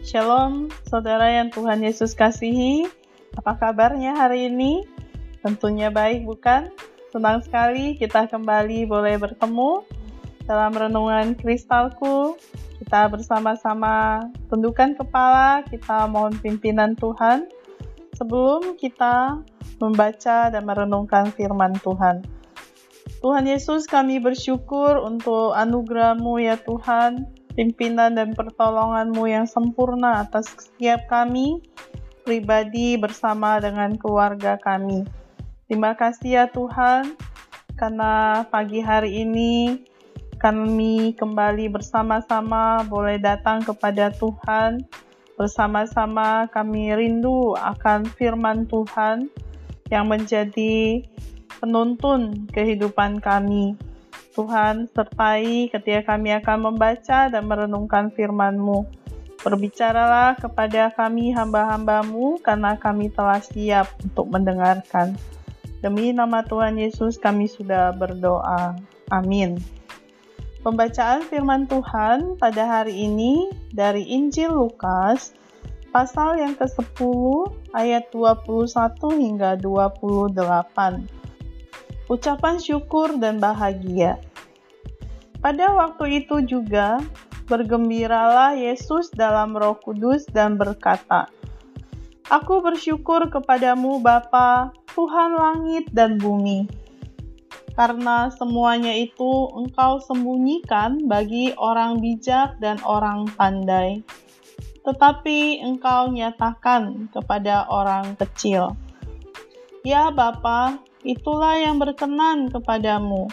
Shalom, saudara yang Tuhan Yesus kasihi. Apa kabarnya hari ini? Tentunya baik, bukan? Senang sekali kita kembali boleh bertemu dalam renungan kristalku. Kita bersama-sama tundukkan kepala, kita mohon pimpinan Tuhan sebelum kita membaca dan merenungkan firman Tuhan. Tuhan Yesus, kami bersyukur untuk anugerah-Mu ya Tuhan, pimpinan dan pertolongan-Mu yang sempurna atas setiap kami, pribadi bersama dengan keluarga kami. Terima kasih ya Tuhan, karena pagi hari ini kami kembali bersama-sama boleh datang kepada Tuhan. Bersama-sama kami rindu akan firman Tuhan yang menjadi penuntun kehidupan kami. Tuhan, sertai ketika kami akan membaca dan merenungkan firman-Mu. Berbicaralah kepada kami hamba-hamba-Mu, karena kami telah siap untuk mendengarkan. Demi nama Tuhan Yesus kami sudah berdoa. Amin. Pembacaan firman Tuhan pada hari ini dari Injil Lukas, pasal yang ke-10, ayat 21 hingga 28. Ucapan syukur dan bahagia. Pada waktu itu juga, bergembiralah Yesus dalam Roh Kudus dan berkata, Aku bersyukur kepadamu Bapa, Tuhan langit dan bumi, karena semuanya itu Engkau sembunyikan bagi orang bijak dan orang pandai, tetapi Engkau nyatakan kepada orang kecil. Ya Bapa, itulah yang berkenan kepadamu.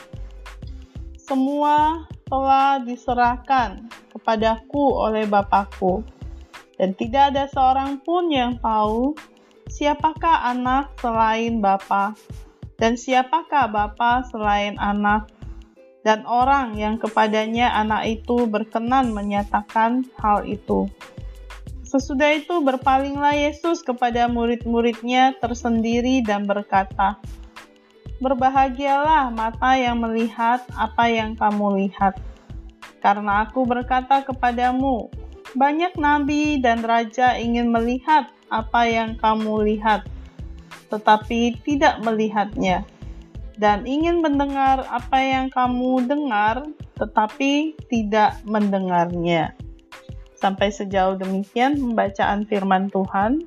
Semua telah diserahkan kepadaku oleh Bapakku, dan tidak ada seorang pun yang tahu siapakah anak selain Bapa, dan siapakah Bapa selain anak, dan orang yang kepadanya anak itu berkenan menyatakan hal itu. Sesudah itu berpalinglah Yesus kepada murid-muridnya tersendiri dan berkata, Berbahagialah mata yang melihat apa yang kamu lihat. Karena aku berkata kepadamu, banyak nabi dan raja ingin melihat apa yang kamu lihat, tetapi tidak melihatnya, dan ingin mendengar apa yang kamu dengar, tetapi tidak mendengarnya. Sampai sejauh demikian pembacaan firman Tuhan.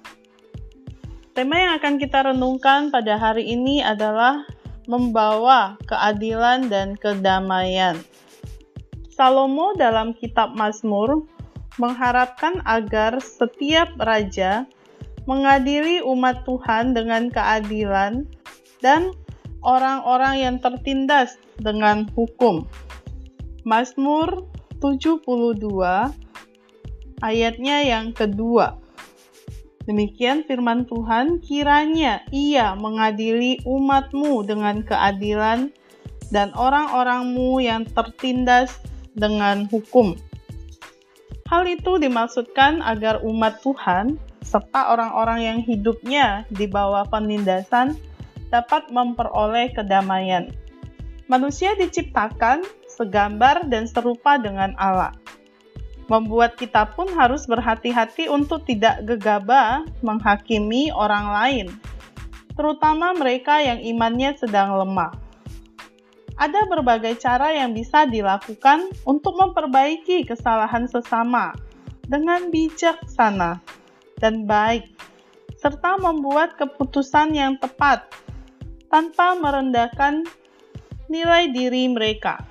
Tema yang akan kita renungkan pada hari ini adalah membawa keadilan dan kedamaian. Salomo dalam kitab Mazmur mengharapkan agar setiap raja mengadili umat Tuhan dengan keadilan dan orang-orang yang tertindas dengan hukum. Mazmur 72 ayatnya yang kedua. Demikian firman Tuhan, kiranya Ia mengadili umat-Mu dengan keadilan dan orang-orang-Mu yang tertindas dengan hukum. Hal itu dimaksudkan agar umat Tuhan serta orang-orang yang hidupnya di bawah penindasan dapat memperoleh kedamaian. Manusia diciptakan segambar dan serupa dengan Allah. Membuat kita pun harus berhati-hati untuk tidak gegabah menghakimi orang lain, terutama mereka yang imannya sedang lemah. Ada berbagai cara yang bisa dilakukan untuk memperbaiki kesalahan sesama dengan bijaksana dan baik, serta membuat keputusan yang tepat tanpa merendahkan nilai diri mereka.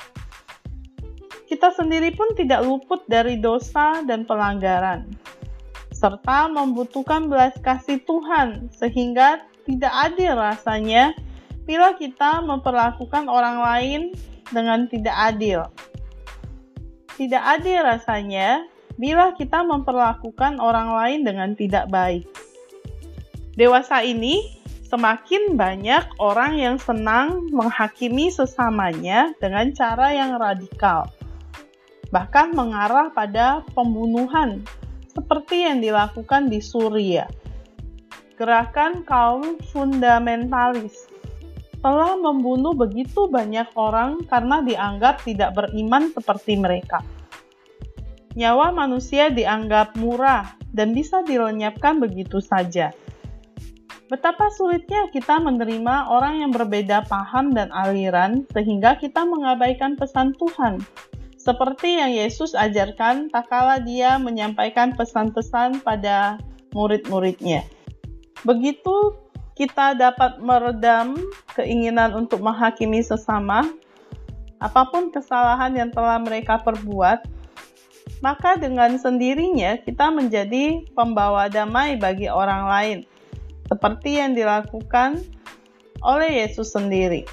Kita sendiri pun tidak luput dari dosa dan pelanggaran, serta membutuhkan belas kasih Tuhan, sehingga tidak adil rasanya bila kita memperlakukan orang lain dengan tidak adil. Tidak adil rasanya bila kita memperlakukan orang lain dengan tidak baik. Dewasa ini, semakin banyak orang yang senang menghakimi sesamanya dengan cara yang radikal, bahkan mengarah pada pembunuhan, seperti yang dilakukan di Suriah. Gerakan kaum fundamentalis telah membunuh begitu banyak orang karena dianggap tidak beriman seperti mereka. Nyawa manusia dianggap murah dan bisa dilenyapkan begitu saja. Betapa sulitnya kita menerima orang yang berbeda paham dan aliran sehingga kita mengabaikan pesan Tuhan. Seperti yang Yesus ajarkan tak kala dia menyampaikan pesan-pesan pada murid-muridnya. Begitu kita dapat meredam keinginan untuk menghakimi sesama, apapun kesalahan yang telah mereka perbuat, maka dengan sendirinya kita menjadi pembawa damai bagi orang lain, seperti yang dilakukan oleh Yesus sendiri.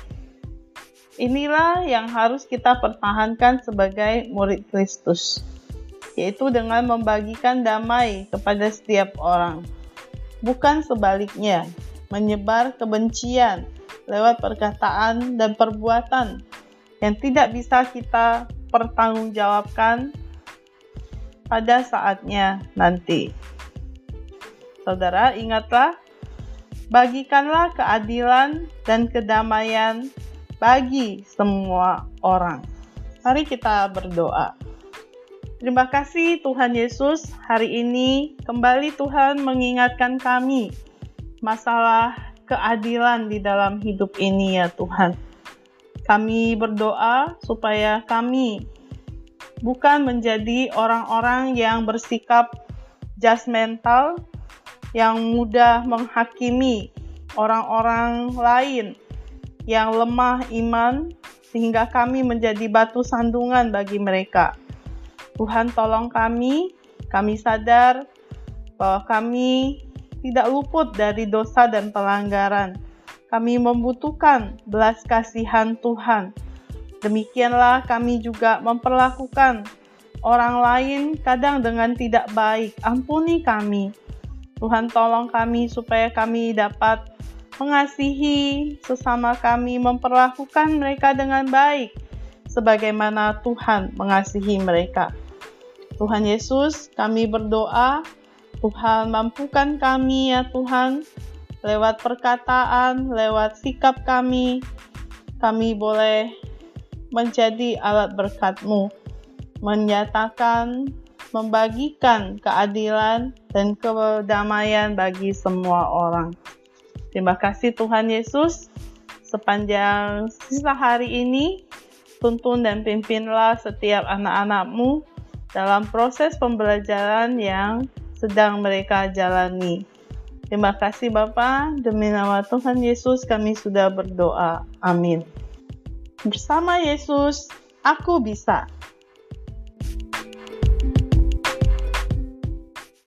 Inilah yang harus kita pertahankan sebagai murid Kristus, yaitu dengan membagikan damai kepada setiap orang, bukan sebaliknya, menyebar kebencian lewat perkataan dan perbuatan yang tidak bisa kita pertanggungjawabkan pada saatnya nanti. Saudara, ingatlah, bagikanlah keadilan dan kedamaian bagi semua orang. Mari kita berdoa. Terima kasih Tuhan Yesus, hari ini kembali Tuhan mengingatkan kami masalah keadilan di dalam hidup ini ya Tuhan. Kami berdoa supaya kami bukan menjadi orang-orang yang bersikap judgmental, yang mudah menghakimi orang-orang lain yang lemah iman, sehingga kami menjadi batu sandungan bagi mereka. Tuhan tolong kami sadar bahwa kami tidak luput dari dosa dan pelanggaran. Kami membutuhkan belas kasihan Tuhan. Demikianlah kami juga memperlakukan orang lain kadang dengan tidak baik. Ampuni kami. Tuhan tolong kami supaya kami dapat mengasihi sesama kami, memperlakukan mereka dengan baik, sebagaimana Tuhan mengasihi mereka. Tuhan Yesus, kami berdoa, Tuhan mampukan kami ya Tuhan, lewat perkataan, lewat sikap kami boleh menjadi alat berkat-Mu, menyatakan, membagikan keadilan dan kedamaian bagi semua orang. Terima kasih Tuhan Yesus, sepanjang sisa hari ini, tuntun dan pimpinlah setiap anak-anak-Mu dalam proses pembelajaran yang sedang mereka jalani. Terima kasih Bapa, demi nama Tuhan Yesus kami sudah berdoa. Amin. Bersama Yesus, aku bisa.